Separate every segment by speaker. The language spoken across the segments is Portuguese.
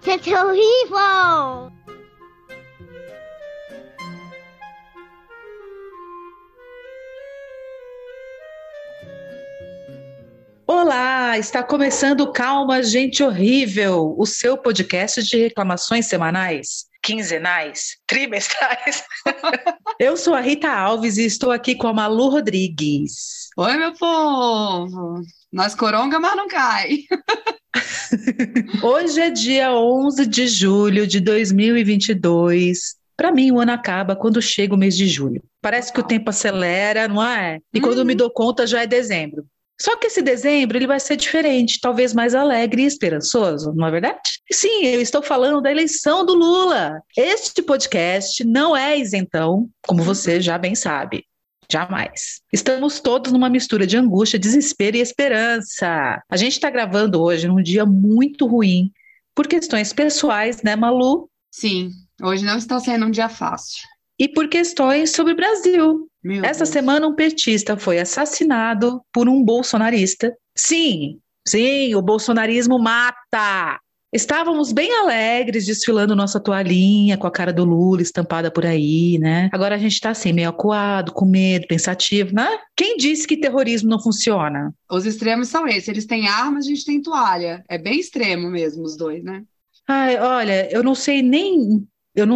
Speaker 1: That's horrível!
Speaker 2: Olá, está começando Calma, Gente Horrível, o seu podcast de reclamações semanais, quinzenais, trimestrais. Eu sou a Rita Alves e estou aqui com a Malu Rodrigues.
Speaker 3: Oi, meu povo! Nós coronga, mas não cai.
Speaker 2: Hoje é dia 11 de julho de 2022. Para mim, o ano acaba quando chega o mês de julho. Parece que o tempo acelera, não é? E quando eu me dou conta, já é dezembro. Só que esse dezembro ele vai ser diferente, talvez mais alegre e esperançoso, não é verdade? Sim, eu estou falando da eleição do Lula. Este podcast não é isentão, como você já bem sabe. Jamais. Estamos todos numa mistura de angústia, desespero e esperança. A gente está gravando hoje num dia muito ruim, por questões pessoais, né, Malu?
Speaker 3: Sim, hoje não está sendo um dia fácil.
Speaker 2: E por questões sobre o Brasil. Essa semana um petista foi assassinado por um bolsonarista. Sim, o bolsonarismo mata! Estávamos bem alegres, desfilando nossa toalhinha com a cara do Lula estampada por aí, né? Agora a gente tá assim, meio acuado, com medo, pensativo, né? Quem disse que terrorismo não funciona?
Speaker 3: Os extremos são esses. Eles têm armas, a gente tem toalha. É bem extremo mesmo os dois, né?
Speaker 2: Ai, olha, eu não sei nem... Eu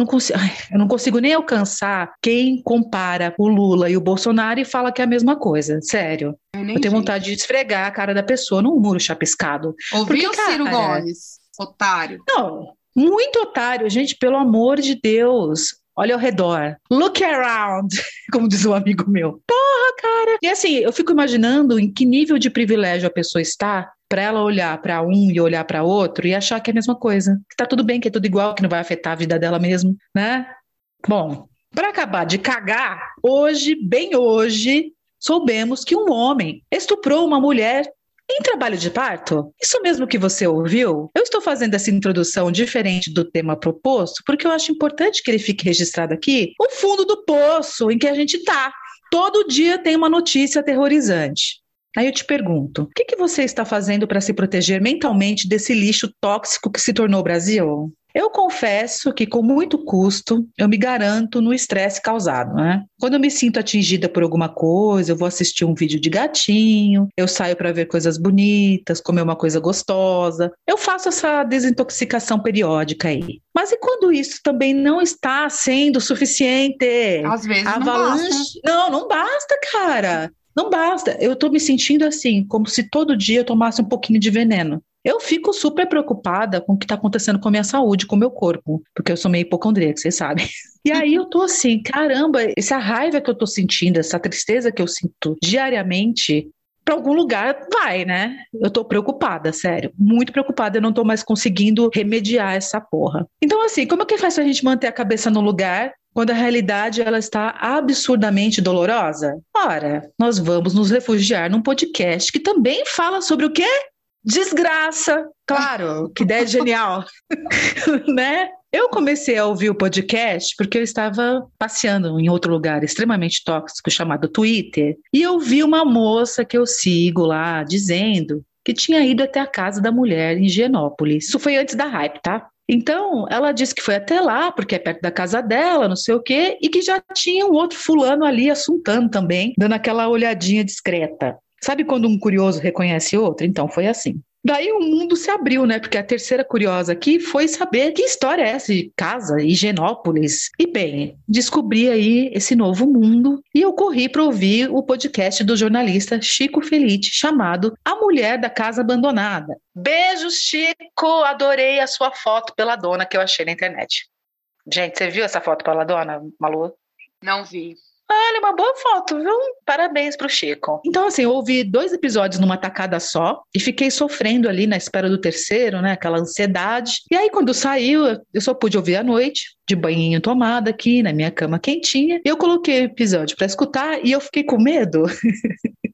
Speaker 2: não consigo nem alcançar quem compara o Lula e o Bolsonaro e fala que é a mesma coisa, sério. Eu tenho vontade de esfregar a cara da pessoa num muro chapiscado.
Speaker 3: Ouviu o Ciro Gomes, otário.
Speaker 2: Não, muito otário, gente, pelo amor de Deus. Olha ao redor. Look around, como diz um amigo meu. Porra, cara! E assim, eu fico imaginando em que nível de privilégio a pessoa está para ela olhar para um e olhar para outro e achar que é a mesma coisa. Que tá tudo bem, que é tudo igual, que não vai afetar a vida dela mesmo, né? Bom, para acabar de cagar, hoje, bem hoje, soubemos que um homem estuprou uma mulher em trabalho de parto? Isso mesmo que você ouviu? Eu estou fazendo essa introdução diferente do tema proposto porque eu acho importante que ele fique registrado aqui o fundo do poço em que a gente está. Todo dia tem uma notícia aterrorizante. Aí eu te pergunto, o que você está fazendo para se proteger mentalmente desse lixo tóxico que se tornou o Brasil? Eu confesso que com muito custo eu me garanto no estresse causado, né? Quando eu me sinto atingida por alguma coisa, eu vou assistir um vídeo de gatinho, eu saio para ver coisas bonitas, comer uma coisa gostosa. Eu faço essa desintoxicação periódica aí. Mas e quando isso também não está sendo suficiente?
Speaker 3: Às vezes
Speaker 2: Avalanche... Não basta, cara. Não basta. Eu tô me sentindo assim, como se todo dia eu tomasse um pouquinho de veneno. Eu fico super preocupada com o que está acontecendo com a minha saúde, com o meu corpo, porque eu sou meio hipocondríaca, vocês sabem. E aí eu tô assim, caramba, essa raiva que eu tô sentindo, essa tristeza que eu sinto diariamente, para algum lugar vai, né? Eu tô preocupada, sério, muito preocupada, eu não tô mais conseguindo remediar essa porra. Então assim, como é que faz pra gente manter a cabeça no lugar quando a realidade ela está absurdamente dolorosa? Ora, nós vamos nos refugiar num podcast que também fala sobre o quê? Desgraça, claro, que ideia genial, né? Eu comecei a ouvir o podcast porque eu estava passeando em outro lugar extremamente tóxico chamado Twitter e eu vi uma moça que eu sigo lá dizendo que tinha ido até a casa da mulher em Higienópolis. Isso foi antes da hype, tá? Então, ela disse que foi até lá, porque é perto da casa dela, não sei o quê, e que já tinha um outro fulano ali assuntando também, dando aquela olhadinha discreta. Sabe quando um curioso reconhece outro? Então, foi assim. Daí o mundo se abriu, né? Porque a terceira curiosa aqui foi saber que história é essa de casa, Higienópolis. E bem, descobri aí esse novo mundo e eu corri para ouvir o podcast do jornalista Chico Felitti, chamado A Mulher da Casa Abandonada. Beijo, Chico! Adorei a sua foto pela dona que eu achei na internet. Gente, você viu essa foto pela dona, Malu?
Speaker 3: Não vi.
Speaker 2: Olha, uma boa foto, viu? Parabéns pro Chico. Então, assim, eu ouvi 2 episódios numa tacada só e fiquei sofrendo ali na espera do terceiro, né? Aquela ansiedade. E aí, quando saiu, eu só pude ouvir à noite, de banhinho tomado aqui, na minha cama quentinha. Eu coloquei o episódio pra escutar e eu fiquei com medo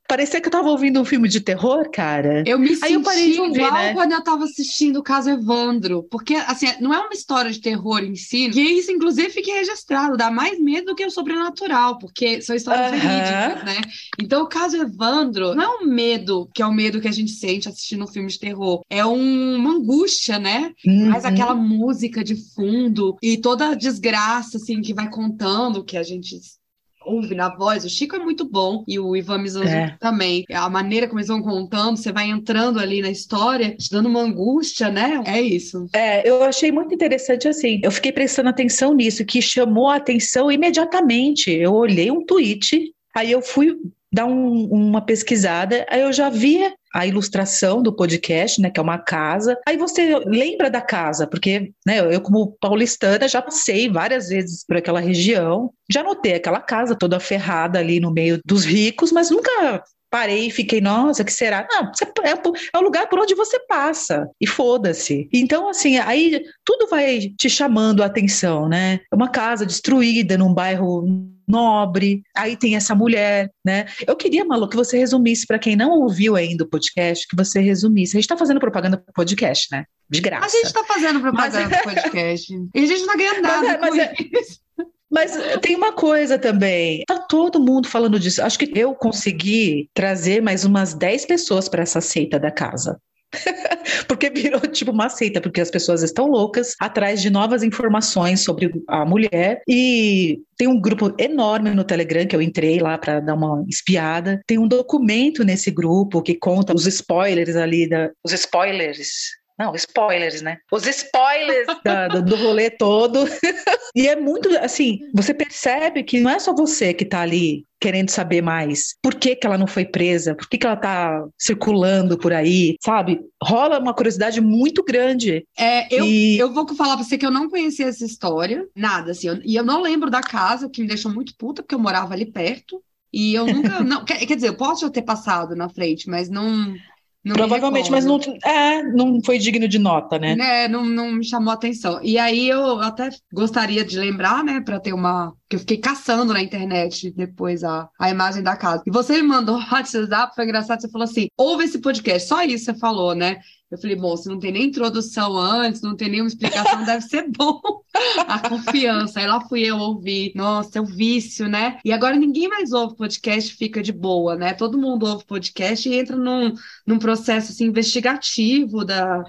Speaker 2: Parecia que eu tava ouvindo um filme de terror, cara.
Speaker 3: Eu me
Speaker 2: Aí eu parei
Speaker 3: senti
Speaker 2: de ouvir,
Speaker 3: igual
Speaker 2: né?
Speaker 3: quando eu tava assistindo o caso Evandro, porque, assim, não é uma história de terror em si, que isso, inclusive, fique registrado, dá mais medo do que o sobrenatural, porque são histórias verídicas,
Speaker 2: Aham.
Speaker 3: né? Então, o caso Evandro não é um medo, que é o medo que a gente sente assistindo um filme de terror, é uma angústia, né? Mais aquela
Speaker 2: Uhum.
Speaker 3: música de fundo e toda a desgraça, assim, que vai contando, que a gente ouve na voz. O Chico é muito bom e o Ivan Mizanzuki
Speaker 2: É.
Speaker 3: também. A maneira como eles vão contando, você vai entrando ali na história, te dando uma angústia, né? É isso.
Speaker 2: Eu achei muito interessante assim. Eu fiquei prestando atenção nisso, que chamou a atenção imediatamente. Eu olhei um tweet, aí eu fui dar uma pesquisada, aí eu já via a ilustração do podcast, né, que é uma casa. Aí você lembra da casa, porque, né, eu como paulistana já passei várias vezes por aquela região, já notei aquela casa toda ferrada ali no meio dos ricos, mas nunca parei e fiquei, nossa, que será? Não, é o lugar por onde você passa, e foda-se. Então, assim, aí tudo vai te chamando a atenção, né? É uma casa destruída num bairro nobre, aí tem essa mulher, né? Eu queria, Malu, que você resumisse, para quem não ouviu ainda o podcast, que você resumisse. A gente tá fazendo propaganda pro podcast, né? De
Speaker 3: A gente
Speaker 2: graça.
Speaker 3: tá fazendo
Speaker 2: Mas,
Speaker 3: propaganda do podcast e a gente não tá ganhando
Speaker 2: mas,
Speaker 3: nada
Speaker 2: é,
Speaker 3: com
Speaker 2: mas, é,
Speaker 3: isso.
Speaker 2: mas tem uma coisa também, tá todo mundo falando disso. Acho que eu consegui trazer mais umas 10 pessoas para essa seita da casa. Porque virou tipo uma seita, porque as pessoas estão loucas atrás de novas informações sobre a mulher. E tem um grupo enorme no Telegram que eu entrei lá para dar uma espiada. Tem um documento nesse grupo que conta os spoilers ali os spoilers. Não, spoilers, né? Os spoilers do rolê todo. E é muito assim, você percebe que não é só você que tá ali querendo saber mais. Por que que ela não foi presa? Por que que ela tá circulando por aí? Sabe? Rola uma curiosidade muito grande. E
Speaker 3: Eu vou falar pra você que eu não conhecia essa história, nada, assim, e eu não lembro da casa, o que me deixou muito puta, porque eu morava ali perto, e eu nunca, não, quer dizer, eu posso já ter passado na frente, mas não me
Speaker 2: provavelmente, mas
Speaker 3: recordo.
Speaker 2: não foi digno de nota, né?
Speaker 3: Né, não me chamou a atenção. E aí eu até gostaria de lembrar, né, para ter uma. Que eu fiquei caçando na internet depois a imagem da casa. E você me mandou o WhatsApp, foi engraçado, você falou assim: ouve esse podcast, só isso você falou, né? Eu falei, bom, se não tem nem introdução antes, não tem nenhuma explicação, deve ser bom a confiança. Aí lá fui eu ouvir. Nossa, é o vício, né? E agora ninguém mais ouve podcast e fica de boa, né? Todo mundo ouve podcast e entra num processo assim, investigativo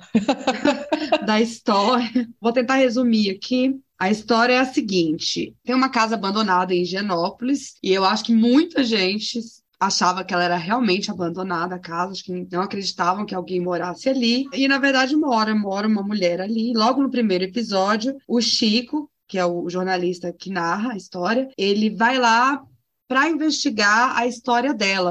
Speaker 3: da história. Vou tentar resumir aqui. A história é a seguinte: tem uma casa abandonada em Higienópolis, e eu acho que muita gente achava que ela era realmente abandonada, a casa, acho que não acreditavam que alguém morasse ali. E, na verdade, mora uma mulher ali. Logo no primeiro episódio, o Chico, que é o jornalista que narra a história, ele vai lá para investigar a história dela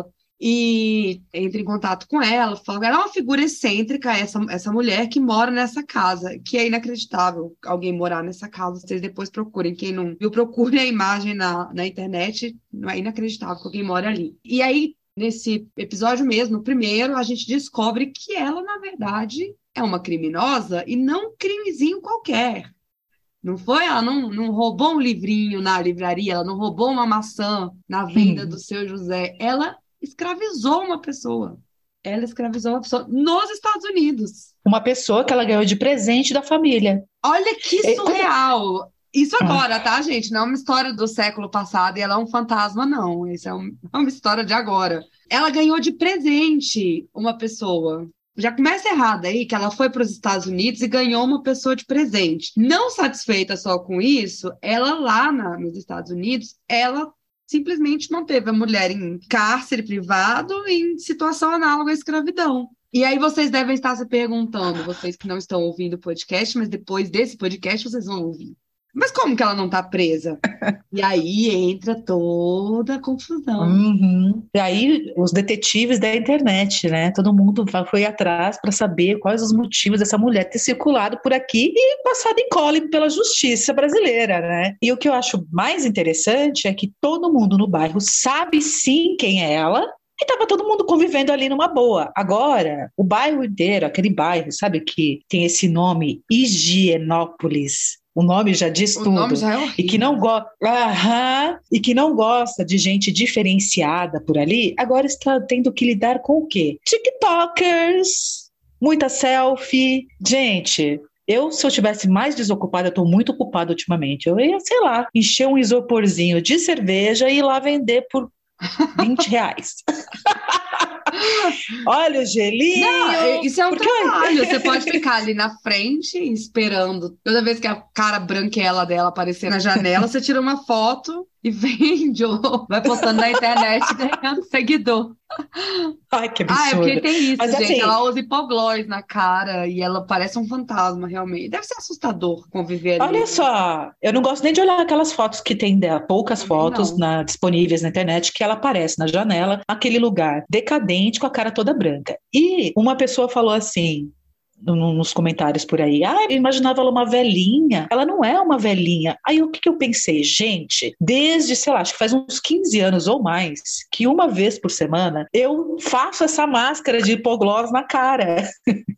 Speaker 3: e entra em contato com ela, fala, ela é uma figura excêntrica, essa mulher que mora nessa casa, que é inacreditável alguém morar nessa casa. Vocês depois procurem, quem não viu, procure a imagem na internet, não é inacreditável que alguém mora ali. E aí, nesse episódio mesmo, no primeiro, a gente descobre que ela, na verdade, é uma criminosa e não um crimezinho qualquer. Não foi? Ela não roubou um livrinho na livraria, ela não roubou uma maçã na venda do seu José. Ela escravizou uma pessoa. Ela escravizou uma pessoa nos Estados Unidos.
Speaker 2: Uma pessoa que ela ganhou de presente da família.
Speaker 3: Olha que
Speaker 2: Como...
Speaker 3: surreal! Isso agora,
Speaker 2: Ah,
Speaker 3: tá, gente? Não é uma história do século passado e ela é um fantasma, não. Isso é uma história de agora. Ela ganhou de presente uma pessoa. Já começa errado aí, que ela foi para os Estados Unidos e ganhou uma pessoa de presente. Não satisfeita só com isso, ela lá nos Estados Unidos, ela simplesmente manteve a mulher em cárcere privado em situação análoga à escravidão. E aí vocês devem estar se perguntando, vocês que não estão ouvindo o podcast, mas depois desse podcast vocês vão ouvir. Mas como que ela não está presa? E aí entra toda a confusão.
Speaker 2: uhum. E aí, os detetives da internet, né? Todo mundo foi atrás para saber quais os motivos dessa mulher ter circulado por aqui e passado incólume pela justiça brasileira, né? E o que eu acho mais interessante é que todo mundo no bairro sabe sim quem é ela. E estava todo mundo convivendo ali numa boa. Agora, o bairro inteiro, aquele bairro, sabe que tem esse nome, Higienópolis. O nome já diz
Speaker 3: O
Speaker 2: tudo.
Speaker 3: nome já é
Speaker 2: E que não e que não gosta de gente diferenciada por ali, agora está tendo que lidar com o quê? TikTokers, muita selfie. Gente, se eu tivesse mais desocupada, eu estou muito ocupada ultimamente. Eu ia, sei lá, encher um isoporzinho de cerveja e ir lá vender por R$ 20. Olha o gelinho.
Speaker 3: Não, isso é um
Speaker 2: Porque
Speaker 3: trabalho. Você pode ficar ali na frente esperando. Toda vez que a cara branquela dela aparecer na janela, você tira uma foto e vende ou vai postando na internet ganhando seguidor.
Speaker 2: Ai, que
Speaker 3: Ah, é porque
Speaker 2: absurdo.
Speaker 3: tem isso,
Speaker 2: Mas
Speaker 3: gente.
Speaker 2: assim,
Speaker 3: Ela usa hipoglós na cara e ela parece um fantasma, realmente. Deve ser assustador conviver ali,
Speaker 2: olha
Speaker 3: né?
Speaker 2: só, eu não gosto nem de olhar aquelas fotos que tem dela, poucas
Speaker 3: Também
Speaker 2: fotos
Speaker 3: não.
Speaker 2: disponíveis na internet, que ela aparece na janela, aquele lugar decadente com a cara toda branca. E uma pessoa falou assim, nos comentários por aí, eu imaginava ela uma velhinha. Ela não é uma velhinha. Aí o que que eu pensei? Gente, desde, sei lá, acho que faz uns 15 anos ou mais, que uma vez por semana eu faço essa máscara de hipoglós na cara.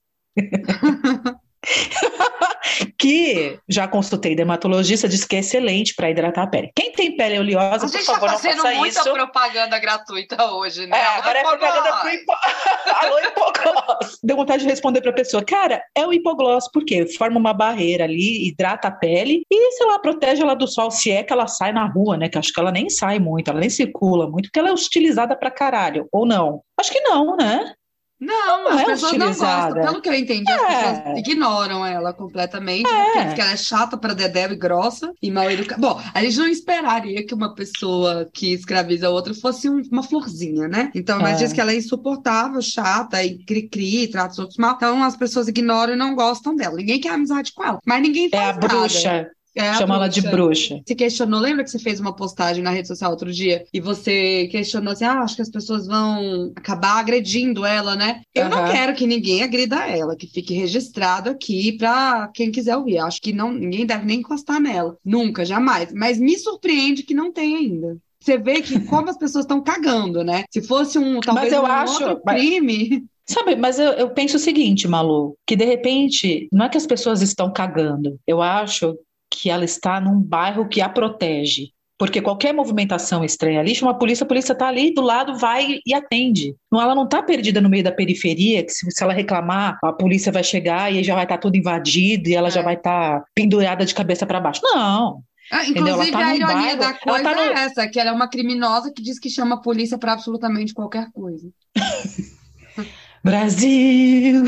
Speaker 2: Que já consultei dermatologista, disse que é excelente para hidratar a pele. Quem tem pele oleosa,
Speaker 3: A
Speaker 2: por
Speaker 3: gente tá
Speaker 2: favor, não
Speaker 3: fazendo
Speaker 2: faça
Speaker 3: muita
Speaker 2: isso.
Speaker 3: propaganda gratuita hoje, né?
Speaker 2: Agora é propaganda pro Alô, hipoglós. Deu vontade de responder pra pessoa, cara, é o hipoglós, por quê? Forma uma barreira ali, hidrata a pele e, sei lá, protege ela do sol, se é que ela sai na rua, né? Que acho que ela nem sai muito, ela nem circula muito, porque ela é utilizada pra caralho, ou não? Acho que não, né?
Speaker 3: Não,
Speaker 2: Não
Speaker 3: as
Speaker 2: é
Speaker 3: pessoas não gostam.
Speaker 2: utilizada.
Speaker 3: Pelo que eu entendi, as pessoas
Speaker 2: É,
Speaker 3: ignoram ela completamente, porque diz que
Speaker 2: é.
Speaker 3: ela é chata pra dedéu e grossa e mal educada. Bom, a gente não esperaria que uma pessoa que escraviza a outra fosse uma florzinha, né? Então, mas diz
Speaker 2: É.
Speaker 3: que ela é insuportável, chata e cri-cri, trata os outros mal. Então, as pessoas ignoram e não gostam dela. Ninguém quer amizade com ela, mas ninguém
Speaker 2: É a
Speaker 3: faz nada.
Speaker 2: bruxa.
Speaker 3: É a
Speaker 2: Chama ela de
Speaker 3: bruxa.
Speaker 2: bruxa.
Speaker 3: Se questionou, lembra que você fez uma postagem na rede social outro dia e você questionou assim: acho que as pessoas vão acabar agredindo ela, né? Eu não
Speaker 2: Aham.
Speaker 3: quero que ninguém agrida ela, que fique registrado aqui pra quem quiser ouvir. Acho que não, ninguém deve nem encostar nela, nunca, jamais. Mas me surpreende que não tem ainda. Você vê que como as pessoas estão cagando, né? Se fosse
Speaker 2: Mas
Speaker 3: talvez
Speaker 2: eu
Speaker 3: um
Speaker 2: acho.
Speaker 3: outro crime.
Speaker 2: Sabe, mas eu penso o seguinte, Malu, que de repente não é que as pessoas estão cagando. Eu acho que ela está num bairro que a protege. Porque qualquer movimentação estranha ali, chama a polícia está ali do lado, vai e atende. Não, ela não está perdida no meio da periferia, que se ela reclamar, a polícia vai chegar e aí já vai estar tudo invadido e ela já vai estar pendurada de cabeça para baixo. Não, entendeu? Ela
Speaker 3: Inclusive,
Speaker 2: está
Speaker 3: a
Speaker 2: num
Speaker 3: ironia
Speaker 2: bairro,
Speaker 3: da
Speaker 2: ela
Speaker 3: coisa
Speaker 2: está
Speaker 3: é
Speaker 2: no.
Speaker 3: essa, que ela é uma criminosa que diz que chama a polícia para absolutamente qualquer coisa.
Speaker 2: Brasil!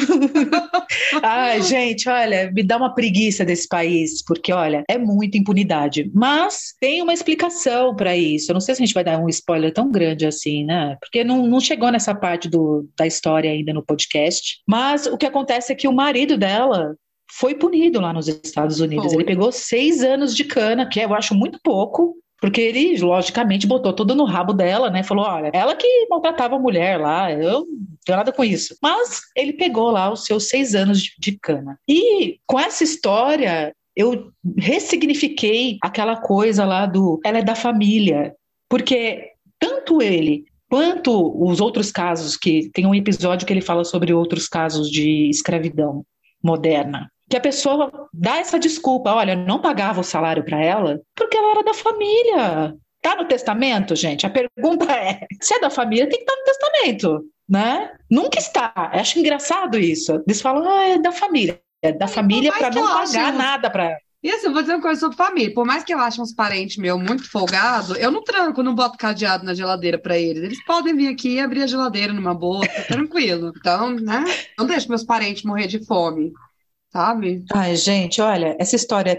Speaker 2: Ai, gente, olha, me dá uma preguiça desse país, porque, olha, é muita impunidade. Mas tem uma explicação para isso. Eu não sei se a gente vai dar um spoiler tão grande assim, né? Porque não chegou nessa parte da história ainda no podcast. Mas o que acontece é que o marido dela foi punido lá nos Estados Unidos. Ele
Speaker 3: Foi.
Speaker 2: pegou 6 anos de cana, que eu acho muito pouco. Porque ele, logicamente, botou tudo no rabo dela, né? Falou: olha, ela que maltratava a mulher lá, eu não tenho nada com isso. Mas ele pegou lá os seus 6 anos de cana. E com essa história, eu ressignifiquei aquela coisa lá ela é da família. Porque tanto ele quanto os outros casos, que tem um episódio que ele fala sobre outros casos de escravidão moderna, que a pessoa dá essa desculpa, olha, eu não pagava o salário para ela porque ela era da família. Tá no testamento, gente? A pergunta é, se é da família, tem que estar no testamento, né? Nunca está. Eu acho engraçado isso. Eles falam, é da família. É da
Speaker 3: Por
Speaker 2: família
Speaker 3: mais
Speaker 2: para
Speaker 3: que eu
Speaker 2: não
Speaker 3: ache
Speaker 2: pagar nada para.
Speaker 3: E assim, eu vou dizer uma coisa sobre família. Por mais que eu ache uns parentes meus muito folgado, eu não tranco, não boto cadeado na geladeira pra eles. Eles podem vir aqui e abrir a geladeira numa boa, tá tranquilo. Então, né? Não deixo meus parentes morrer de fome, sabe?
Speaker 2: Ai, gente, olha, essa história é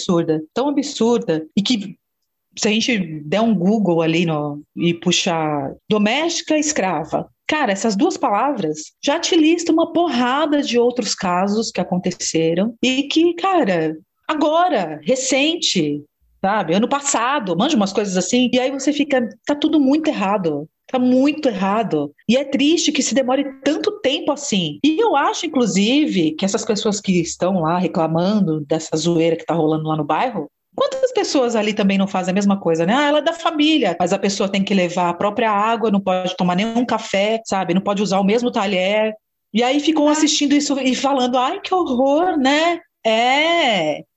Speaker 2: tão absurda, e que se a gente der um Google ali e puxar doméstica escrava, cara, essas duas palavras já te listam uma porrada de outros casos que aconteceram e que, cara, agora, recente, sabe? Ano passado, manja umas coisas assim, e aí você fica, tá tudo muito errado. Tá muito errado. E é triste que se demore tanto tempo assim. E eu acho, inclusive, que essas pessoas que estão lá reclamando dessa zoeira que tá rolando lá no bairro, quantas pessoas ali também não fazem a mesma coisa, né? Ela é da família, mas a pessoa tem que levar a própria água, não pode tomar nenhum café, sabe? Não pode usar o mesmo talher. E aí ficam assistindo isso e falando, ai, que horror, né? É.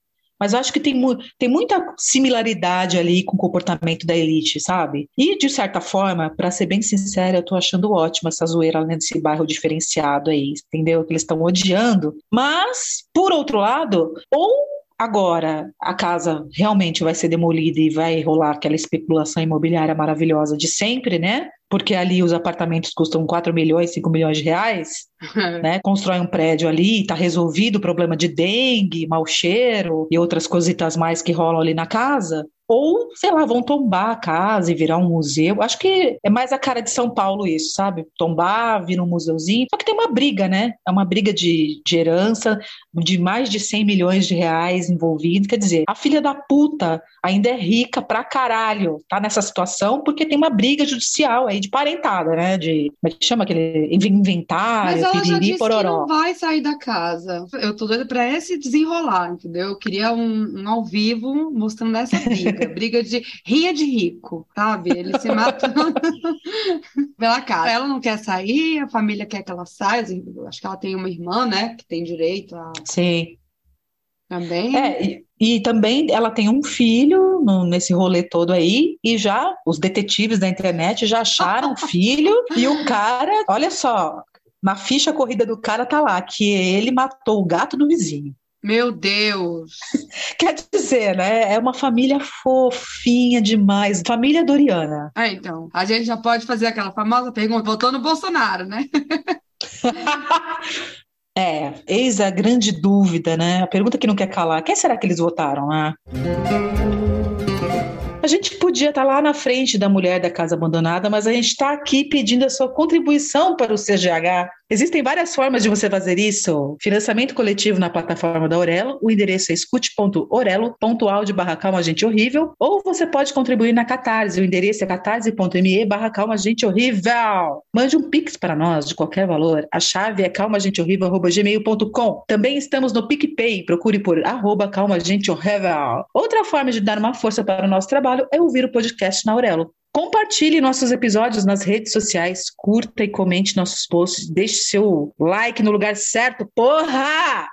Speaker 2: Mas eu acho que tem muita similaridade ali com o comportamento da elite, sabe? E, de certa forma, para ser bem sincera, eu tô achando ótima essa zoeira lá nesse bairro diferenciado aí, entendeu? Que eles estão odiando. Mas, por outro lado, ou agora a casa realmente vai ser demolida e vai rolar aquela especulação imobiliária maravilhosa de sempre, né? Porque ali os apartamentos custam 4 milhões, 5 milhões de reais, né? Constrói um prédio ali, está resolvido o problema de dengue, mau cheiro e outras cositas mais que rolam ali na casa. Ou, sei lá, vão tombar a casa e virar um museu. Acho que é mais a cara de São Paulo isso, sabe? Tombar, vira um museuzinho. Só que tem uma briga, né? É uma briga de herança de mais de 100 milhões de reais envolvidos. Quer dizer, a filha da puta ainda é rica pra caralho. Tá nessa situação porque tem uma briga judicial aí de parentada, né? Como é que chama aquele inventário,
Speaker 3: Mas ela já
Speaker 2: piriri,
Speaker 3: disse que
Speaker 2: pororó.
Speaker 3: não vai sair da casa. Eu tô doida pra esse desenrolar, entendeu? Eu queria um ao vivo mostrando essa briga. Briga de rinha de rico, sabe? Eles se matando pela casa. Ela não quer sair, a família quer que ela saia. Eu acho que ela tem uma irmã, né? Que tem direito a
Speaker 2: Sim.
Speaker 3: também.
Speaker 2: E também ela tem um filho nesse rolê todo aí, e já os detetives da internet já acharam o filho, e o cara, olha só, na ficha corrida do cara tá lá, que ele matou o gato do vizinho.
Speaker 3: Meu Deus!
Speaker 2: Quer dizer, né? É uma família fofinha demais, família Doriana.
Speaker 3: Então, a gente já pode fazer aquela famosa pergunta, votou no Bolsonaro, né?
Speaker 2: Eis a grande dúvida, né? A pergunta que não quer calar. Quem será que eles votaram, né? A gente podia estar lá na frente da mulher da casa abandonada, mas a gente está aqui pedindo a sua contribuição para o CGH. Existem várias formas de você fazer isso. Financiamento coletivo na plataforma da Aurelo. O endereço é escute.orelo.audio/calma gente horrível. Ou você pode contribuir na Catarse. O endereço é catarse.me/calma gente horrível. Mande um pix para nós de qualquer valor. A chave é calmagentehorrível@gmail.com. Também estamos no PicPay. Procure por @calmagentehorrível. Outra forma de dar uma força para o nosso trabalho é ouvir o podcast na Aurelo. Compartilhe nossos episódios nas redes sociais, curta e comente nossos posts, deixe seu like no lugar certo, porra!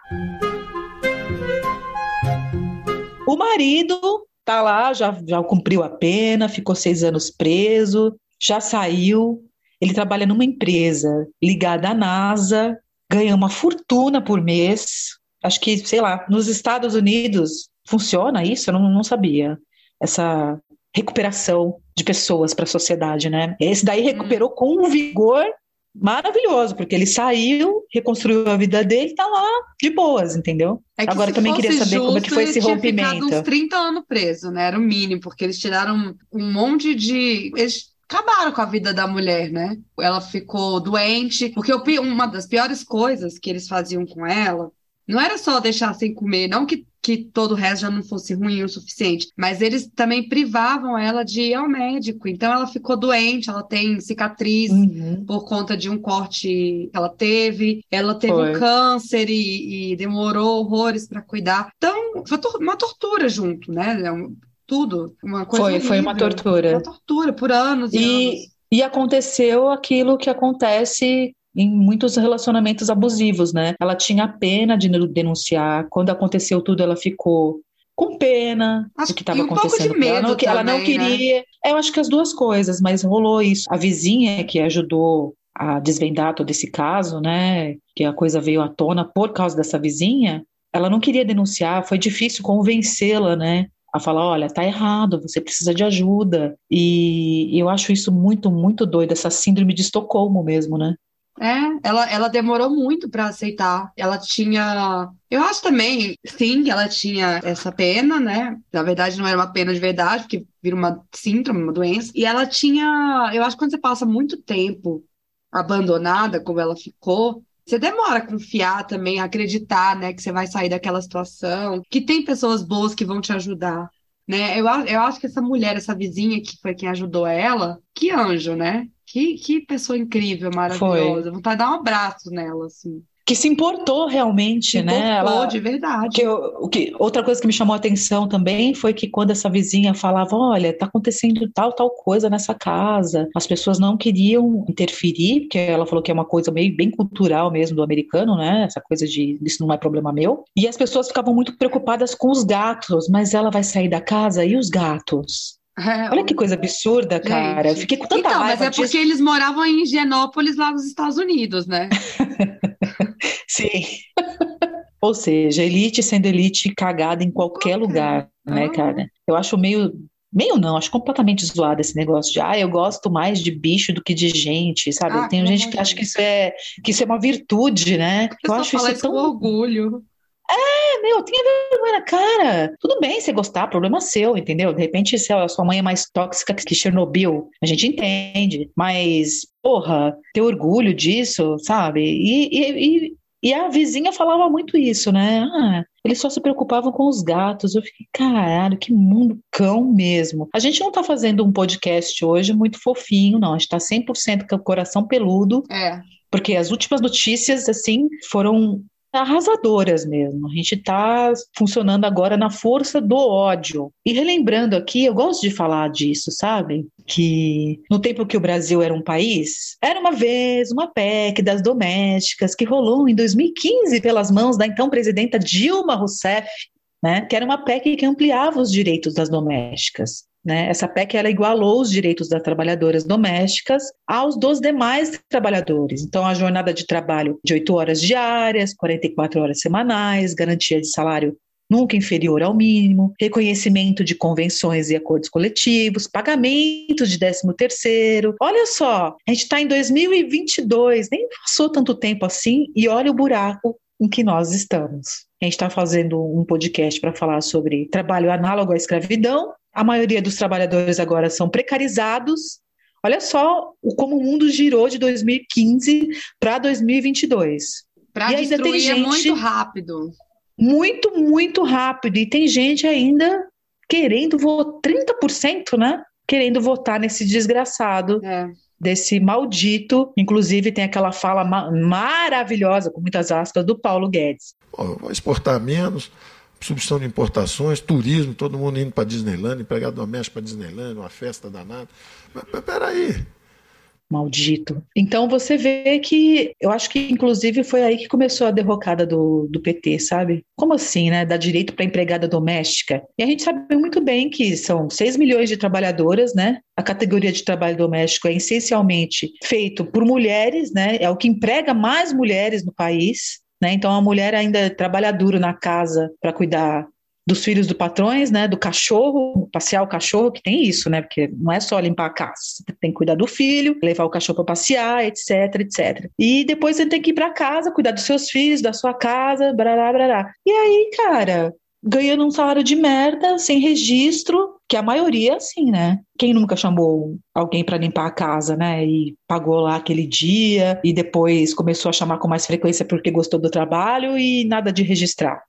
Speaker 2: O marido tá lá, já cumpriu a pena, ficou 6 anos preso, já saiu. Ele trabalha numa empresa ligada à NASA, ganha uma fortuna por mês. Acho que, sei lá, nos Estados Unidos funciona isso? Eu não sabia. Essa recuperação de pessoas para a sociedade, né? Esse daí recuperou com um vigor maravilhoso, porque ele saiu, reconstruiu a vida dele e tá lá de boas, entendeu?
Speaker 3: É que
Speaker 2: Agora
Speaker 3: se
Speaker 2: também queria
Speaker 3: fosse
Speaker 2: saber como é que foi
Speaker 3: justo,
Speaker 2: esse
Speaker 3: ele tinha ficado
Speaker 2: rompimento.
Speaker 3: uns 30 anos preso, né? Era o mínimo, porque eles tiraram um monte de. Eles acabaram com a vida da mulher, né? Ela ficou doente, porque uma das piores coisas que eles faziam com ela não era só deixar sem comer, não que todo o resto já não fosse ruim o suficiente, mas eles também privavam ela de ir ao médico. Então ela ficou doente, ela tem cicatriz
Speaker 2: Uhum,
Speaker 3: por conta de um corte que ela teve um
Speaker 2: foi.
Speaker 3: câncer e demorou horrores para cuidar. Então, foi uma tortura junto, né? Tudo, uma coisa
Speaker 2: Foi uma
Speaker 3: horrível, uma
Speaker 2: tortura.
Speaker 3: tortura por anos e
Speaker 2: E,
Speaker 3: anos.
Speaker 2: e aconteceu aquilo que acontece em muitos relacionamentos abusivos, né? Ela tinha pena de denunciar. Quando aconteceu tudo, ela ficou com pena do que
Speaker 3: E
Speaker 2: estava
Speaker 3: um pouco de
Speaker 2: acontecendo com ela.
Speaker 3: medo
Speaker 2: Ela não
Speaker 3: também, né?
Speaker 2: queria. Eu acho que as duas coisas, mas rolou isso. A vizinha que ajudou a desvendar todo esse caso, né? Que a coisa veio à tona por causa dessa vizinha. Ela não queria denunciar. Foi difícil convencê-la, né? A falar, olha, tá errado, você precisa de ajuda. E eu acho isso muito, muito doido, essa síndrome de Estocolmo mesmo, né?
Speaker 3: Ela demorou muito para aceitar. Ela tinha. Eu acho também, sim, ela tinha essa pena, né? Na verdade, não era uma pena de verdade, porque vira uma síndrome, uma doença. E ela tinha. Eu acho que quando você passa muito tempo abandonada, como ela ficou. Você demora a confiar também, a acreditar, né, que você vai sair daquela situação, que tem pessoas boas que vão te ajudar, né? Eu acho que essa mulher, essa vizinha que foi quem ajudou ela, que anjo, né? Que pessoa incrível,
Speaker 2: Foi.
Speaker 3: maravilhosa. Vontade de dar um abraço nela, assim.
Speaker 2: que se importou realmente, né?
Speaker 3: Importou de verdade.
Speaker 2: Outra coisa que me chamou a atenção também foi que quando essa vizinha falava, olha, tá acontecendo tal coisa nessa casa, as pessoas não queriam interferir, porque ela falou que é uma coisa meio bem cultural mesmo do americano, né? Essa coisa de isso não é problema meu. E as pessoas ficavam muito preocupadas com os gatos, mas ela vai sair da casa e os gatos? Olha que coisa absurda, cara. Eu
Speaker 3: Gente.
Speaker 2: fiquei com tanta
Speaker 3: Então, mas
Speaker 2: raiva
Speaker 3: é
Speaker 2: disso.
Speaker 3: porque eles moravam em Higienópolis, lá nos Estados Unidos, né?
Speaker 2: Sim. Ou seja, elite sendo elite cagada em qualquer lugar, né, cara? Eu acho meio não, acho completamente zoado esse negócio de, eu gosto mais de bicho do que de gente, sabe? Tem
Speaker 3: pelo
Speaker 2: gente
Speaker 3: amor
Speaker 2: que
Speaker 3: de
Speaker 2: acha
Speaker 3: Deus.
Speaker 2: que isso é uma virtude, né?
Speaker 3: A
Speaker 2: Eu
Speaker 3: pessoa
Speaker 2: acho
Speaker 3: fala
Speaker 2: isso
Speaker 3: isso com
Speaker 2: tão,
Speaker 3: orgulho.
Speaker 2: tenha vergonha na cara. Tudo bem você gostar, problema seu, entendeu? De repente, se a sua mãe é mais tóxica que Chernobyl, a gente entende, mas, porra, ter orgulho disso, sabe? E a vizinha falava muito isso, né? Eles só se preocupavam com os gatos. Eu fiquei, caralho, que mundo cão mesmo. A gente não tá fazendo um podcast hoje muito fofinho, não. A gente tá 100% com o coração peludo,
Speaker 3: É.
Speaker 2: porque as últimas notícias, assim, foram arrasadoras mesmo. A gente está funcionando agora na força do ódio. E relembrando aqui, eu gosto de falar disso, sabe? Que no tempo que o Brasil era um país, era uma vez uma PEC das domésticas que rolou em 2015 pelas mãos da então presidenta Dilma Rousseff, né? Que era uma PEC que ampliava os direitos das domésticas. Né? Essa PEC ela igualou os direitos das trabalhadoras domésticas aos dos demais trabalhadores. Então, a jornada de trabalho de 8 horas diárias, 44 horas semanais, garantia de salário nunca inferior ao mínimo, reconhecimento de convenções e acordos coletivos, pagamento de 13º. Olha só, a gente está em 2022, nem passou tanto tempo assim, e olha o buraco em que nós estamos. A gente está fazendo um podcast para falar sobre trabalho análogo à escravidão. A maioria dos trabalhadores agora são precarizados. Olha só como o mundo girou de 2015 para 2022.
Speaker 3: Para destruir é muito rápido.
Speaker 2: Muito, muito rápido. E tem gente ainda querendo votar, 30%, né? Querendo votar nesse desgraçado. Desse maldito, inclusive tem aquela fala maravilhosa, com muitas aspas, do Paulo Guedes.
Speaker 4: Vai exportar menos, substituição de importações, turismo, todo mundo indo para Disneyland, empregado doméstico para Disneyland, uma festa danada. Mas peraí.
Speaker 2: Maldito. Então você vê que, eu acho que inclusive foi aí que começou a derrocada do PT, sabe? Como assim, né? Dar direito para empregada doméstica. E a gente sabe muito bem que são 6 milhões de trabalhadoras, né? A categoria de trabalho doméstico é essencialmente feito por mulheres, né? É o que emprega mais mulheres no país, né? Então a mulher ainda trabalha duro na casa para cuidar dos filhos do patrões, né, do cachorro, passear o cachorro, que tem isso, né, porque não é só limpar a casa, você tem que cuidar do filho, levar o cachorro para passear, etc, etc. E depois você tem que ir para casa, cuidar dos seus filhos, da sua casa, brará, brará. E aí, cara, ganhando um salário de merda, sem registro, que a maioria, assim, né? Quem nunca chamou alguém para limpar a casa, né? E pagou lá aquele dia, e depois começou a chamar com mais frequência porque gostou do trabalho e nada de registrar.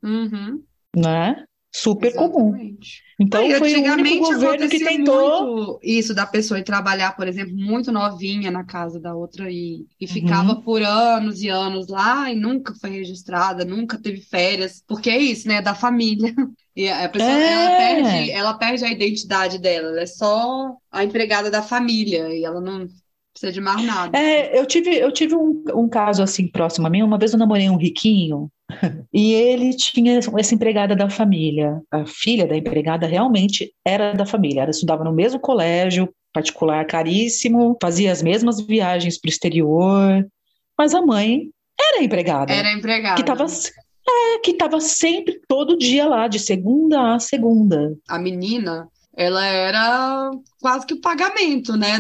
Speaker 2: Né? Super
Speaker 3: Exatamente.
Speaker 2: Comum. Então foi o único governo que tentou
Speaker 3: muito isso da pessoa ir trabalhar, por exemplo, muito novinha na casa da outra e ficava por anos e anos lá e nunca foi registrada, nunca teve férias, porque é isso, né, da família. E a pessoa ela perde a identidade dela, ela é só a empregada da família e ela não precisa de mais nada.
Speaker 2: Eu tive um caso assim próximo a mim. Uma vez eu namorei um riquinho e ele tinha essa empregada da família. A filha da empregada realmente era da família. Ela estudava no mesmo colégio particular caríssimo, fazia as mesmas viagens para o exterior, mas a mãe era empregada.
Speaker 3: Era empregada.
Speaker 2: Que estava sempre, todo dia lá, de segunda a segunda.
Speaker 3: A menina, ela era quase que o pagamento, né,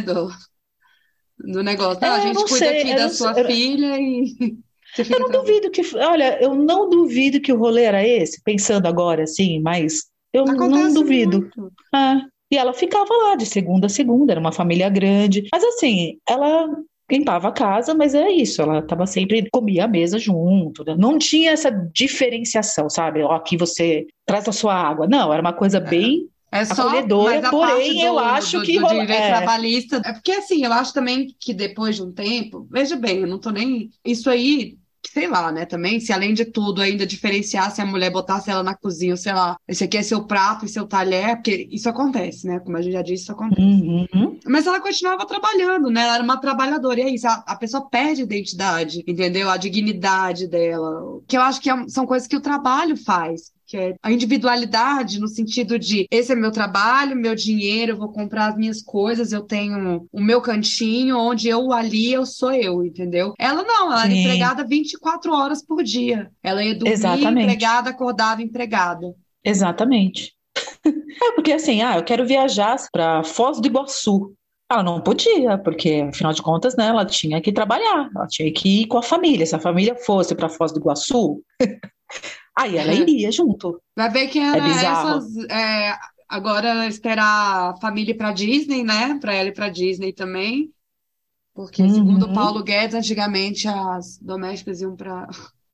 Speaker 3: do negócio. A gente cuida aqui da sua filha e...
Speaker 2: Eu não duvido eu não duvido que o rolê era esse, pensando agora assim, mas eu não duvido. E ela ficava lá de segunda a segunda, era uma família grande, mas assim, ela limpava a casa, mas é isso, ela estava sempre, comia a mesa junto, né? Não tinha essa diferenciação, sabe? Aqui você traz a sua água. Não, era uma coisa bem acolhedora, porém eu acho que...
Speaker 3: Do direito trabalhista, é porque assim, eu acho também que depois de um tempo, veja bem, eu não tô nem... Isso aí sei lá, né, também, se além de tudo ainda diferenciasse a mulher, botasse ela na cozinha, ou sei lá, esse aqui é seu prato e seu talher, porque isso acontece, né, como a gente já disse, isso acontece.
Speaker 2: Uhum.
Speaker 3: Mas ela continuava trabalhando, né, ela era uma trabalhadora, e é isso, a pessoa perde a identidade, entendeu? A dignidade dela, que eu acho que são coisas que o trabalho faz. Que é a individualidade no sentido de esse é meu trabalho, meu dinheiro, eu vou comprar as minhas coisas, eu tenho o meu cantinho onde eu sou eu, entendeu? Ela não, ela era
Speaker 2: Sim,
Speaker 3: empregada 24 horas por dia. Ela ia dormir
Speaker 2: exatamente.
Speaker 3: empregada, acordava empregada.
Speaker 2: Exatamente. É porque assim, eu quero viajar para Foz do Iguaçu. Ela não podia, porque afinal de contas, né, ela tinha que trabalhar, ela tinha que ir com a família. Se a família fosse para Foz do Iguaçu, aí ela iria junto.
Speaker 3: Vai ver que
Speaker 2: É
Speaker 3: era
Speaker 2: bizarro.
Speaker 3: essas. Agora esperar a família ir pra Disney, né? Pra ela ir pra Disney também. Porque, segundo o
Speaker 2: Uhum.
Speaker 3: Paulo Guedes, antigamente as domésticas iam pra.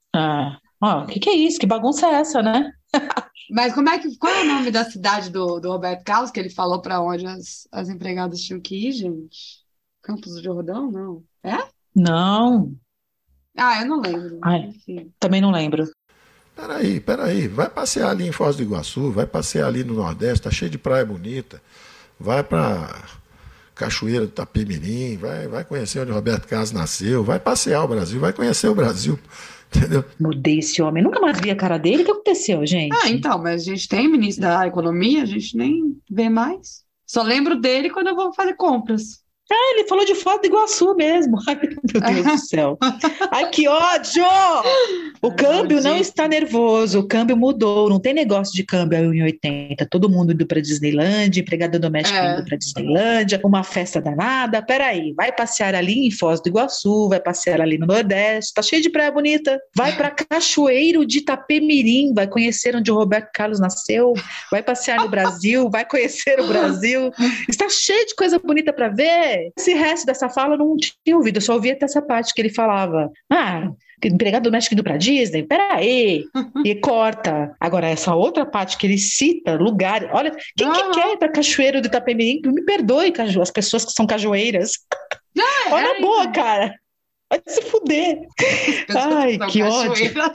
Speaker 2: O que é isso? Que bagunça é essa, né?
Speaker 3: Mas qual é o nome da cidade do Roberto Carlos, que ele falou para onde as empregadas tinham que ir, gente? Campos do Jordão, não. É?
Speaker 2: Não.
Speaker 3: Ah, eu não lembro.
Speaker 2: Ai,
Speaker 3: Enfim.
Speaker 2: também não lembro.
Speaker 4: Peraí. Vai passear ali em Foz do Iguaçu, vai passear ali no Nordeste, tá cheio de praia bonita. Vai para Cachoeira do Itapemirim, vai conhecer onde Roberto Carlos nasceu, vai passear o Brasil, vai conhecer o Brasil, entendeu?
Speaker 2: Mudei esse homem. Nunca mais vi a cara dele. O que aconteceu,
Speaker 3: Ah,
Speaker 2: gente?
Speaker 3: então, mas a gente tem ministro da Economia, a gente nem vê mais. Só lembro dele quando eu vou fazer compras.
Speaker 2: Ele falou de Foz do Iguaçu mesmo. Ai, meu Deus do céu. Ai, que ódio! O câmbio não está
Speaker 3: Maldito.
Speaker 2: nervoso, o câmbio mudou. Não tem negócio de câmbio a 1,80. Todo mundo indo para Disneylândia, empregada doméstica indo
Speaker 3: É.
Speaker 2: para Disneylândia, uma festa danada. Peraí, vai passear ali em Foz do Iguaçu, vai passear ali no Nordeste, tá cheio de praia bonita. Vai para Cachoeiro de Itapemirim, vai conhecer onde o Roberto Carlos nasceu, vai passear no Brasil, vai conhecer o Brasil. Está cheio de coisa bonita para ver. Esse resto dessa fala eu não tinha ouvido, eu só ouvi até essa parte que ele falava. Empregado doméstico indo pra Disney? Peraí. E corta. Agora, essa outra parte que ele cita, lugar. Olha, quem que quer ir pra Cachoeiro do Itapemirim? Me perdoe, as pessoas que são cajueiras. Olha a boa, cara. Vai se fuder.
Speaker 3: Pessoas que
Speaker 2: Ai,
Speaker 3: são
Speaker 2: que ódio.
Speaker 3: cachoeiras.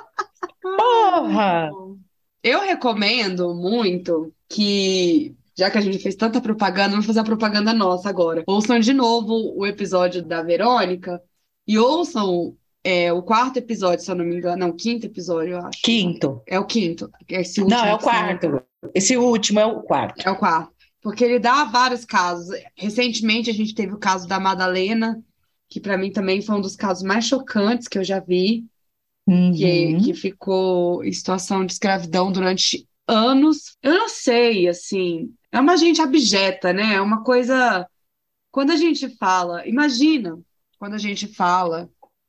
Speaker 2: Porra!
Speaker 3: Eu recomendo muito que, já que a gente fez tanta propaganda, vamos fazer a propaganda nossa agora. Ouçam de novo o episódio da Verônica e ouçam o quarto episódio, se eu não me engano. Não, o quinto episódio, eu acho.
Speaker 2: Quinto.
Speaker 3: É o quinto. Esse
Speaker 2: Não,
Speaker 3: último
Speaker 2: é o
Speaker 3: que saiu.
Speaker 2: quarto. Esse último é o quarto.
Speaker 3: É o quarto. Porque ele dá vários casos. Recentemente a gente teve o caso da Madalena, que para mim também foi um dos casos mais chocantes que eu já vi. Que
Speaker 2: Uhum.
Speaker 3: ficou em situação de escravidão durante anos. Eu não sei, assim, é uma gente abjeta, né? É uma coisa. Quando a gente fala, imagina, quando a gente fala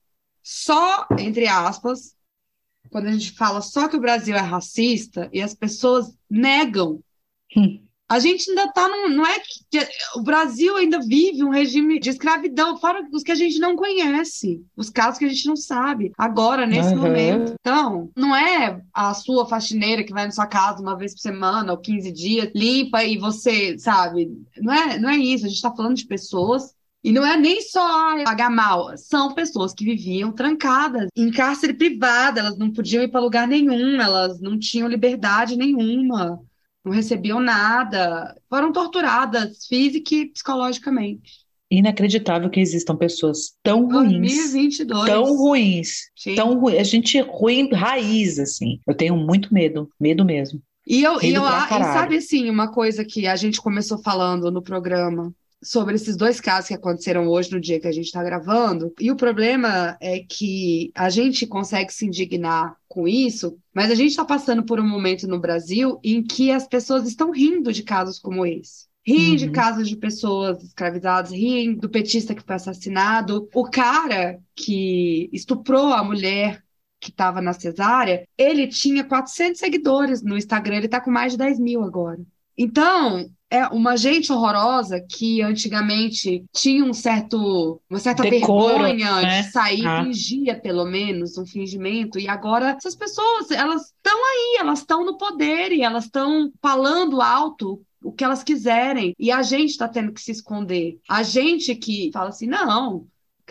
Speaker 3: só, entre aspas, quando a gente fala só que o Brasil é racista e as pessoas negam.
Speaker 2: Hum.
Speaker 3: A gente ainda está não é que o Brasil ainda vive um regime de escravidão, fora os que a gente não conhece, os casos que a gente não sabe, agora, nesse momento.
Speaker 2: Uhum.
Speaker 3: Então, não é a sua faxineira que vai na sua casa uma vez por semana ou 15 dias, limpa e você, sabe? Não é isso, a gente está falando de pessoas. E não é nem só pagar mal, são pessoas que viviam trancadas em cárcere privado, elas não podiam ir para lugar nenhum, elas não tinham liberdade nenhuma, não recebiam nada, foram torturadas física e psicologicamente.
Speaker 2: Inacreditável que existam pessoas tão ruins,
Speaker 3: 2022.
Speaker 2: tão ruins,
Speaker 3: Sim.
Speaker 2: tão ruins. A gente é ruim raiz, assim. Eu tenho muito medo, medo mesmo. Medo pra
Speaker 3: E
Speaker 2: caralho.
Speaker 3: sabe assim, uma coisa que a gente começou falando no programa sobre esses dois casos que aconteceram hoje no dia que a gente está gravando, e o problema é que a gente consegue se indignar com isso, mas a gente está passando por um momento no Brasil em que as pessoas estão rindo de casos como esse. Riem de
Speaker 2: Uhum.
Speaker 3: casos de pessoas escravizadas, riem do petista que foi assassinado. O cara que estuprou a mulher que estava na cesárea, ele tinha 400 seguidores no Instagram, ele está com mais de 10 mil agora. Então, é uma gente horrorosa que antigamente tinha uma certa
Speaker 2: Decoro,
Speaker 3: vergonha de
Speaker 2: né?
Speaker 3: sair,
Speaker 2: Ah,
Speaker 3: fingia pelo menos um fingimento, e agora essas pessoas, elas estão aí, elas estão no poder e elas estão falando alto o que elas quiserem, e a gente está tendo que se esconder. A gente que fala assim, não,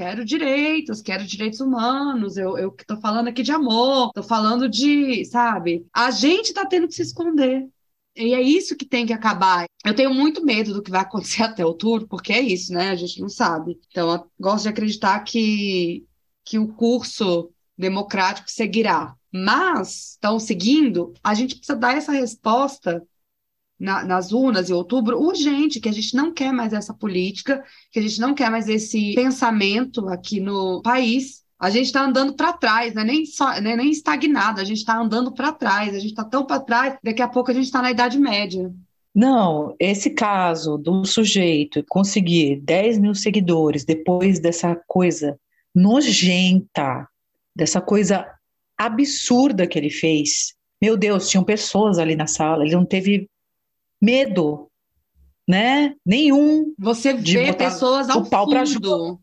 Speaker 3: quero direitos humanos, eu tô falando aqui de amor, tô falando de, sabe? A gente tá tendo que se esconder. E é isso que tem que acabar. Eu tenho muito medo do que vai acontecer até outubro, porque é isso, né? A gente não sabe. Então, eu gosto de acreditar que o curso democrático seguirá. Mas, estão seguindo, a gente precisa dar essa resposta nas urnas em outubro, urgente, que a gente não quer mais essa política, que a gente não quer mais esse pensamento aqui no país. A gente está andando para trás, não é nem estagnado, a gente está andando para trás, a gente está tão para trás, daqui a pouco a gente está na Idade Média.
Speaker 2: Não, esse caso do sujeito conseguir 10 mil seguidores depois dessa coisa nojenta, dessa coisa absurda que ele fez. Meu Deus, tinham pessoas ali na sala, ele não teve medo, né? Nenhum
Speaker 3: Você
Speaker 2: de
Speaker 3: vê
Speaker 2: botar
Speaker 3: pessoas ao
Speaker 2: o pau para
Speaker 3: fundo.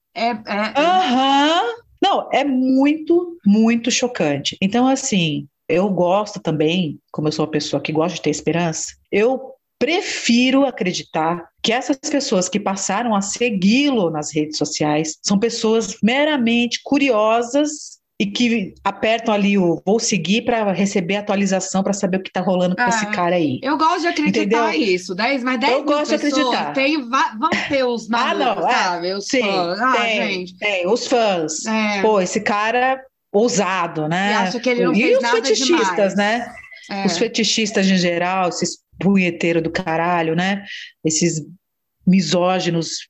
Speaker 2: Aham. Não, é muito, muito chocante. Então, assim, eu gosto também, como eu sou uma pessoa que gosta de ter esperança, eu prefiro acreditar que essas pessoas que passaram a segui-lo nas redes sociais são pessoas meramente curiosas e que apertam ali o vou seguir para receber atualização para saber o que está rolando com esse cara aí.
Speaker 3: Eu gosto de acreditar
Speaker 2: Entendeu?
Speaker 3: isso. 10 mil
Speaker 2: gosto de
Speaker 3: pessoas,
Speaker 2: acreditar.
Speaker 3: vão ter os malucos, sabe? Os
Speaker 2: Sim,
Speaker 3: fãs. Gente.
Speaker 2: tem, os fãs. Pô, esse cara ousado, né?
Speaker 3: E acha que ele não
Speaker 2: E
Speaker 3: fez
Speaker 2: os
Speaker 3: nada
Speaker 2: fetichistas,
Speaker 3: demais.
Speaker 2: né? Os fetichistas em geral, esses punheteiros do caralho, né? Esses misóginos.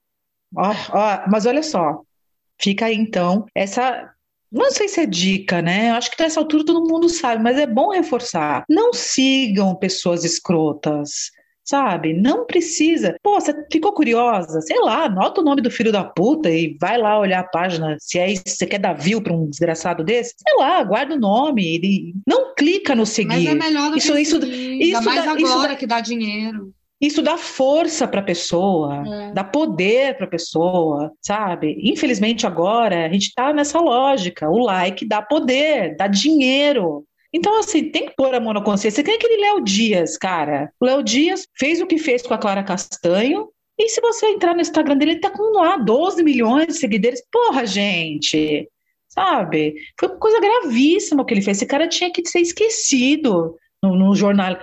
Speaker 2: Mas olha só, fica aí então essa. Não sei se é dica, né? Acho que nessa altura todo mundo sabe, mas é bom reforçar. Não sigam pessoas escrotas, sabe? Não precisa. Pô, você ficou curiosa? Sei lá, anota o nome do filho da puta e vai lá olhar a página. Se é isso, você quer dar view para um desgraçado desse? Sei lá, guarda o nome. Ele não clica no seguir.
Speaker 3: Mas é melhor do que seguir. Ainda mais agora que dá dinheiro.
Speaker 2: Isso dá força para a pessoa, dá poder para a pessoa, sabe? Infelizmente agora a gente está nessa lógica, o like dá poder, dá dinheiro. Então, assim, tem que pôr a mão na consciência. Quem é aquele Léo Dias, cara? O Léo Dias fez o que fez com a Clara Castanho, e se você entrar no Instagram dele, ele tá com lá 12 milhões de seguidores. Porra, gente, sabe? Foi uma coisa gravíssima o que ele fez. Esse cara tinha que ser esquecido no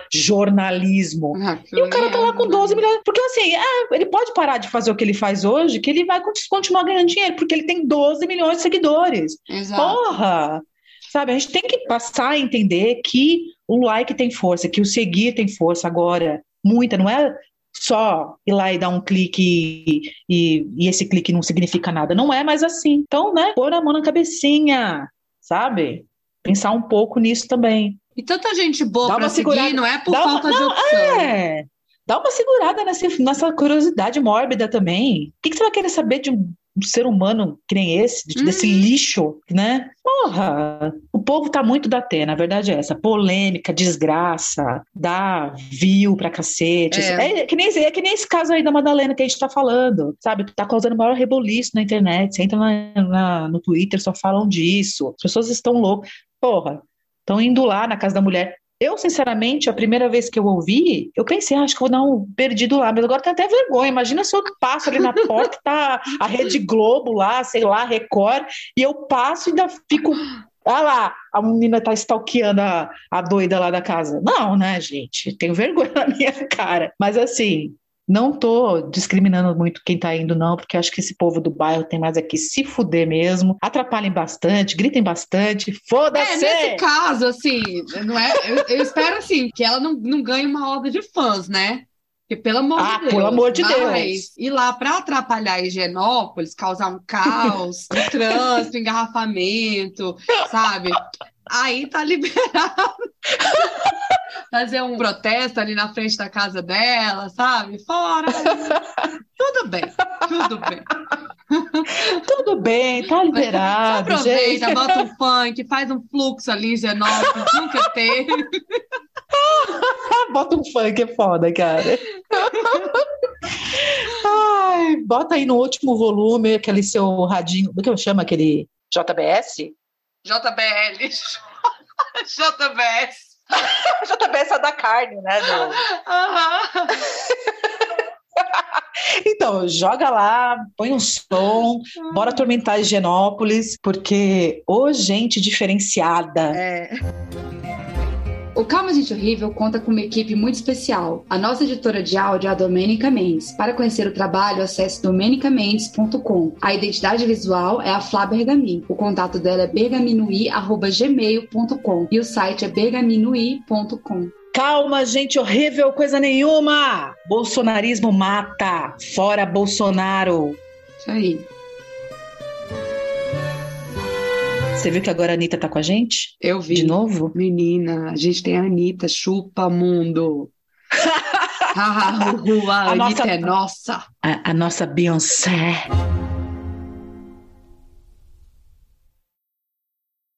Speaker 2: jornalismo. E o cara tá lá com 12 milhões. Porque assim, ele pode parar de fazer o que ele faz hoje, que ele vai continuar ganhando dinheiro, porque ele tem 12 milhões de seguidores.
Speaker 3: Exato.
Speaker 2: Porra! Sabe, a gente tem que passar a entender que o like tem força, que o seguir tem força agora. Muita, não é só ir lá e dar um clique e esse clique não significa nada. Não é mais assim. Então, né, pôr a mão na cabecinha, sabe? Pensar um pouco nisso também.
Speaker 3: E tanta gente boa para seguir, não é por falta de opção.
Speaker 2: Dá uma segurada nessa curiosidade mórbida também. O que você vai querer saber de um ser humano que nem esse, desse lixo, né? Porra, o povo tá muito da Atena, a verdade é essa. Polêmica, desgraça, dá view pra cacete. É que nem esse caso aí da Madalena que a gente tá falando, sabe? Tá causando o maior reboliço na internet. Você entra no Twitter, só falam disso. As pessoas estão loucas. Porra, estão indo lá na casa da mulher. Eu, sinceramente, a primeira vez que eu ouvi, eu pensei, acho que vou dar um perdido lá, mas agora tem até vergonha. Imagina se eu passo ali na porta, tá a Rede Globo lá, sei lá, Record, e eu passo e ainda fico. Ah lá, a menina tá stalkeando a doida lá da casa. Não, né, gente? Tenho vergonha na minha cara. Mas assim, não tô discriminando muito quem tá indo, não, porque acho que esse povo do bairro tem mais aqui se fuder mesmo. Atrapalhem bastante, gritem bastante, foda-se!
Speaker 3: Nesse caso, assim, não é, eu espero, assim, que ela não ganhe uma horda de fãs, né? Porque, pelo amor de Deus.
Speaker 2: Pelo amor de Deus.
Speaker 3: Ir lá pra atrapalhar a Higienópolis, causar um caos, de trânsito, engarrafamento, sabe? Aí tá liberado. Fazer um protesto ali na frente da casa dela, sabe? Fora. Tudo bem, tudo bem.
Speaker 2: Tudo bem, tá liberado.
Speaker 3: Só aproveita,
Speaker 2: gente.
Speaker 3: bota um funk, faz um fluxo ali, Higienópolis, nunca teve.
Speaker 2: Bota um funk, é foda, cara. Ai, bota aí no último volume aquele seu radinho, como é que eu chamo aquele JBS?
Speaker 3: JBL. JBS.
Speaker 2: JBS é da carne, né? Então, joga lá, põe um som, bora atormentar Higienópolis, porque, ô, gente diferenciada.
Speaker 5: O Calma Gente Horrível conta com uma equipe muito especial. A nossa editora de áudio é a Domênica Mendes. Para conhecer o trabalho, acesse domenicamendes.com. A identidade visual é a Flá Bergamin. O contato dela é bergaminui@gmail.com e o site é bergaminui.com.
Speaker 2: Calma, gente horrível, coisa nenhuma! Bolsonarismo mata! Fora Bolsonaro!
Speaker 5: Isso aí.
Speaker 2: Você viu que agora a Anitta tá com a gente?
Speaker 3: Eu vi.
Speaker 2: De novo?
Speaker 3: Menina, a gente tem a Anitta, chupa mundo. A Anitta é nossa.
Speaker 2: A nossa Beyoncé.